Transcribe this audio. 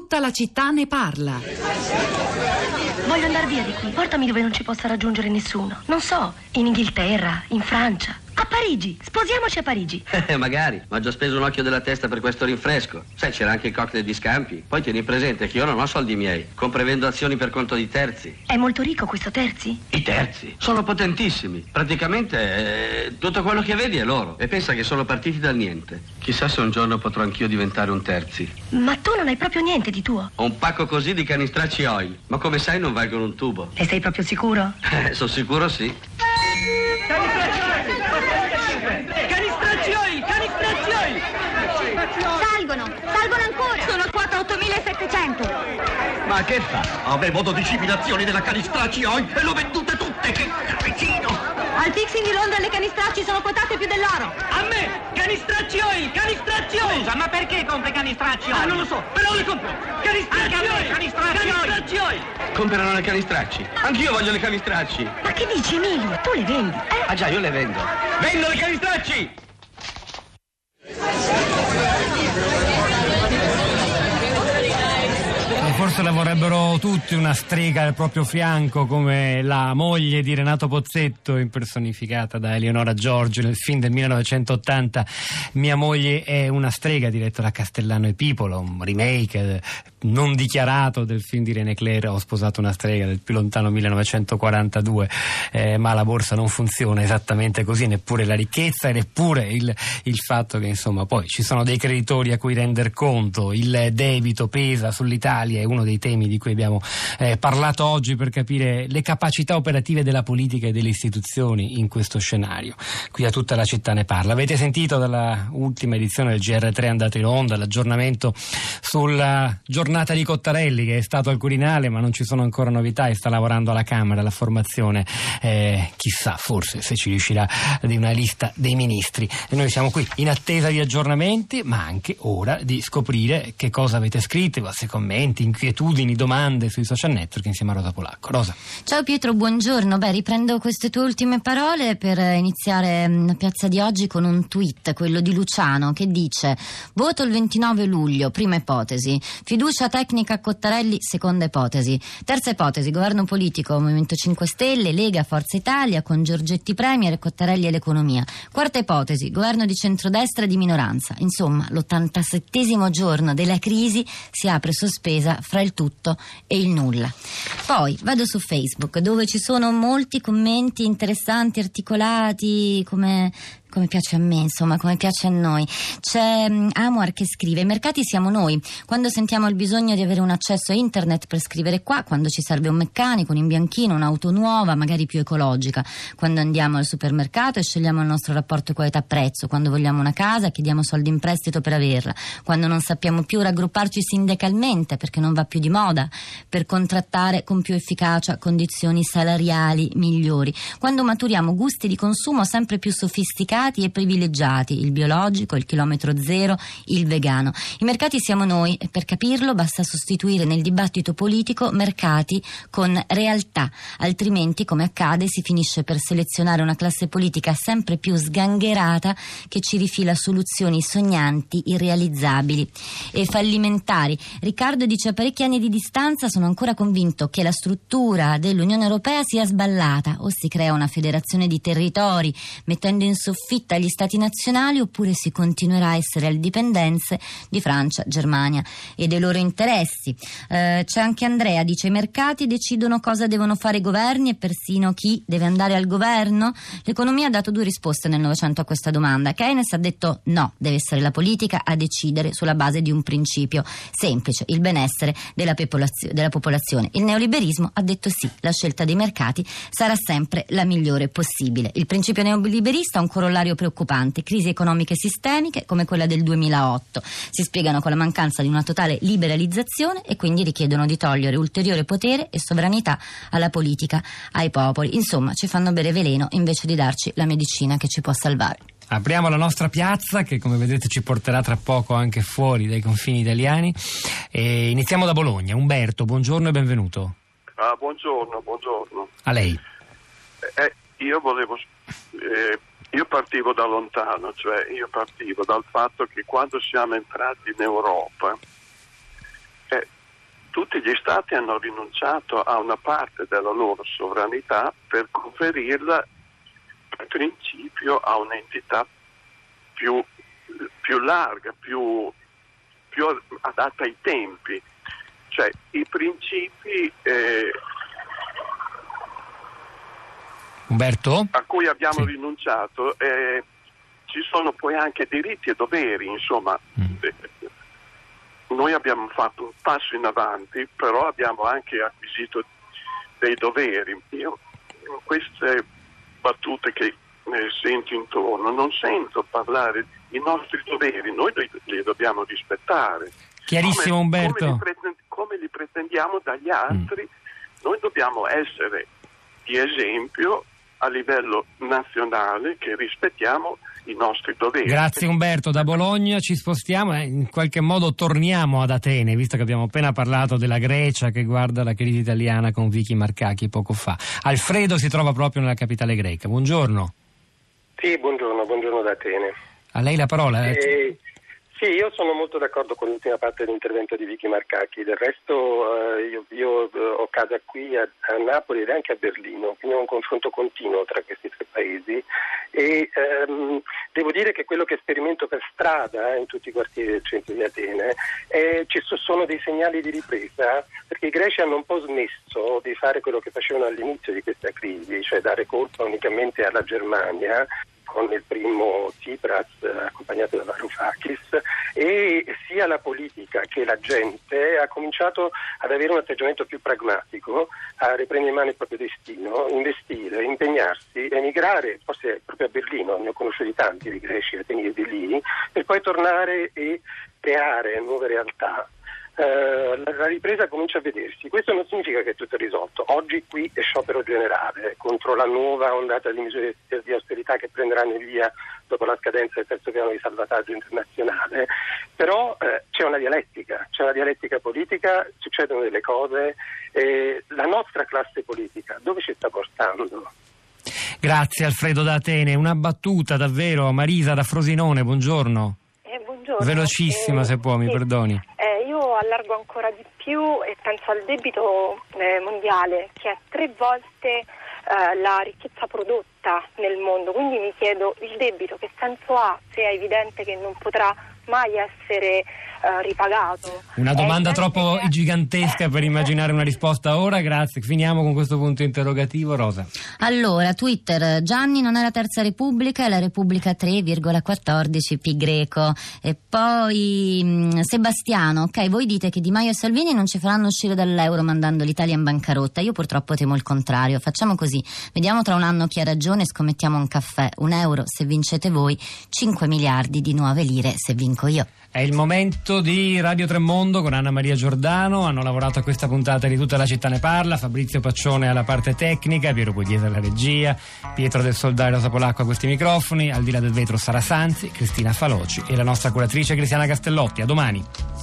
Tutta la città ne parla. Voglio andare via di qui. Portami dove non ci possa raggiungere nessuno. Non so, in Inghilterra, in Francia. A Parigi, sposiamoci a Parigi. Magari, ma ho già speso un occhio della testa per questo rinfresco. Sai, c'era anche il cocktail di Scampi. Poi tieni presente che io non ho soldi miei. Compro e vendo azioni per conto di terzi. È molto ricco questo Terzi? I terzi sono potentissimi. Praticamente tutto quello che vedi è loro. E pensa che sono partiti dal niente. Chissà se un giorno potrò anch'io diventare un terzi. Ma tu non hai proprio niente di tuo. Ho un pacco così di canistracci oil. Ma come sai non valgono un tubo. E sei proprio sicuro? Sono sicuro sì. Salgono ancora! Sono a quota 8.700! Ma che fa? Avevo 12.000 azioni della Canistracci Oil e l'ho vendute tutte, che vicino! Al fixing di Londra le Canistracci sono quotate più dell'oro! A me! Canistracci Oil! Canistracci Oil! Scusa, ma perché compri Canistracci Oil? Ah, non lo so, però le compro! Canistracci Oil! Canistracci Oil! Comprano le canistracci. Anch'io voglio le canistracci. Ma che dici, Emilio? Tu le vendi, Ah già, io le vendo. Vendo le canistracci! Forse la vorrebbero tutti una strega al proprio fianco, come la moglie di Renato Pozzetto, impersonificata da Eleonora Giorgio nel film del 1980 Mia moglie è una strega, diretto da Castellano e Pipolo, un remake non dichiarato del film di René Clair, Ho sposato una strega, del più lontano 1942, ma la borsa non funziona esattamente così, neppure la ricchezza e neppure il fatto che insomma poi ci sono dei creditori a cui render conto, il debito pesa sull'Italia, è uno dei temi di cui abbiamo parlato oggi per capire le capacità operative della politica e delle istituzioni in questo scenario. Qui a Tutta la città ne parla. Avete sentito dalla ultima edizione del GR3 andato in onda l'aggiornamento sulla giornata di Cottarelli, che è stato al Quirinale ma non ci sono ancora novità e sta lavorando alla Camera la formazione, chissà, forse se ci riuscirà, di una lista dei ministri, e noi siamo qui in attesa di aggiornamenti, ma anche ora di scoprire che cosa avete scritto, i vostri commenti, inquietudini, domande sui social network insieme a Rosa Polacco. Rosa. Ciao Pietro, buongiorno. Riprendo queste tue ultime parole per iniziare la piazza di oggi con un tweet, quello di Luciano, che dice: voto il 29 luglio, prima ipotesi, fiducia tecnica a Cottarelli, seconda ipotesi, terza ipotesi, governo politico, Movimento 5 Stelle, Lega, Forza Italia, con Giorgetti premier e Cottarelli all'economia, quarta ipotesi, governo di centrodestra e di minoranza. Insomma, l'87° giorno della crisi si apre sospesa fra il tutto e il nulla. Poi vado su Facebook, dove ci sono molti commenti interessanti, articolati, come piace a me, insomma, come piace a noi. C'è Amuar che scrive: i mercati siamo noi. Quando sentiamo il bisogno di avere un accesso a internet per scrivere qua, quando ci serve un meccanico, un imbianchino, un'auto nuova, magari più ecologica, quando andiamo al supermercato e scegliamo il nostro rapporto qualità-prezzo, quando vogliamo una casa e chiediamo soldi in prestito per averla, quando non sappiamo più raggrupparci sindacalmente perché non va più di moda, per contrattare con più efficacia condizioni salariali migliori, quando maturiamo gusti di consumo sempre più sofisticati e privilegiati, il biologico, il chilometro zero, il vegano. I mercati siamo noi, e per capirlo basta sostituire nel dibattito politico mercati con realtà, altrimenti, come accade, si finisce per selezionare una classe politica sempre più sgangherata che ci rifila soluzioni sognanti, irrealizzabili e fallimentari. Riccardo dice: a parecchi anni di distanza sono ancora convinto che la struttura dell'Unione Europea sia sballata, o si crea una federazione di territori mettendo in soffitta gli stati nazionali, oppure si continuerà a essere alle dipendenze di Francia, Germania e dei loro interessi. C'è anche Andrea, dice: i mercati decidono cosa devono fare i governi e persino chi deve andare al governo. L'economia ha dato 2 risposte nel Novecento a questa domanda. Keynes ha detto no, deve essere la politica a decidere sulla base di un principio semplice, il benessere della popolazione. Il neoliberismo ha detto sì, la scelta dei mercati sarà sempre la migliore possibile. Il principio neoliberista ha un corollario preoccupante: crisi economiche sistemiche come quella del 2008 si spiegano con la mancanza di una totale liberalizzazione e quindi richiedono di togliere ulteriore potere e sovranità alla politica, ai popoli. Insomma, ci fanno bere veleno invece di darci la medicina che ci può salvare. Apriamo la nostra piazza, che come vedete ci porterà tra poco anche fuori dai confini italiani, e iniziamo da Bologna. Umberto, buongiorno e benvenuto. Buongiorno. A lei. Io partivo da lontano, cioè io partivo dal fatto che quando siamo entrati in Europa tutti gli stati hanno rinunciato a una parte della loro sovranità per conferirla per principio a un'entità più larga, più adatta ai tempi. Cioè i principi Umberto? a cui abbiamo Sì. rinunciato, ci sono poi anche diritti e doveri, insomma. Noi abbiamo fatto un passo in avanti, però abbiamo anche acquisito dei doveri. Io in queste battute che sento intorno non sento parlare i nostri doveri, noi li dobbiamo rispettare. Chiarissimo, Umberto. Come li pretendiamo dagli altri, noi dobbiamo essere di esempio a livello nazionale, che rispettiamo i nostri doveri. Grazie Umberto, da Bologna ci spostiamo e in qualche modo torniamo ad Atene, visto che abbiamo appena parlato della Grecia che guarda la crisi italiana con Vicky Marcacchi poco fa. Alfredo si trova proprio nella capitale greca. Buongiorno. Sì, buongiorno da Atene. A lei la parola. Sì, io sono molto d'accordo con l'ultima parte dell'intervento di Vicky Marcacchi. Del resto io ho casa qui a Napoli ed anche a Berlino, quindi ho un confronto continuo tra questi tre paesi e devo dire che quello che sperimento per strada in tutti i quartieri del centro di Atene ci sono dei segnali di ripresa, perché i greci hanno un po' smesso di fare quello che facevano all'inizio di questa crisi, cioè dare colpa unicamente alla Germania, con il primo Tsipras accompagnato da Varoufakis, e sia la politica che la gente ha cominciato ad avere un atteggiamento più pragmatico, a riprendere in mano il proprio destino, investire, impegnarsi, emigrare, forse proprio a Berlino, ne ho conosciuti tanti di greci ateniesi di lì, per poi tornare e creare nuove realtà. La ripresa comincia a vedersi. Questo non significa che è tutto risolto. Oggi qui è sciopero generale contro la nuova ondata di misure di austerità che prenderanno il via dopo la scadenza del terzo piano di salvataggio internazionale, però c'è una dialettica politica, succedono delle cose, la nostra classe politica dove ci sta portando? Grazie Alfredo da Atene. Una battuta davvero. Marisa da Frosinone, buongiorno. Buongiorno. Velocissima se può, mi perdoni. Io allargo ancora di più e penso al debito mondiale, che è 3 volte la ricchezza prodotta nel mondo, quindi mi chiedo, il debito che senso ha se è evidente che non potrà mai essere ripagato? Una domanda troppo gigantesca per immaginare una risposta ora, grazie. Finiamo con questo punto interrogativo. Rosa. Allora, Twitter, Gianni non è la Terza Repubblica, è la Repubblica 3,14 Pi greco. E poi Sebastiano, ok, voi dite che Di Maio e Salvini non ci faranno uscire dall'euro mandando l'Italia in bancarotta. Io purtroppo temo il contrario. Facciamo così, vediamo tra un anno chi ha ragione, scommettiamo un caffè, €1 se vincete voi, 5 miliardi di nuove lire se vinco io. È il momento di Radio Tremondo con Anna Maria Giordano. Hanno lavorato a questa puntata di Tutta la città ne parla. Fabrizio Paccione alla parte tecnica, Piero Pugliese alla regia, Pietro del Soldà e Rosa Polacco a questi microfoni. Al di là del vetro Sara Sanzi, Cristina Faloci e la nostra curatrice Cristiana Castellotti. A domani.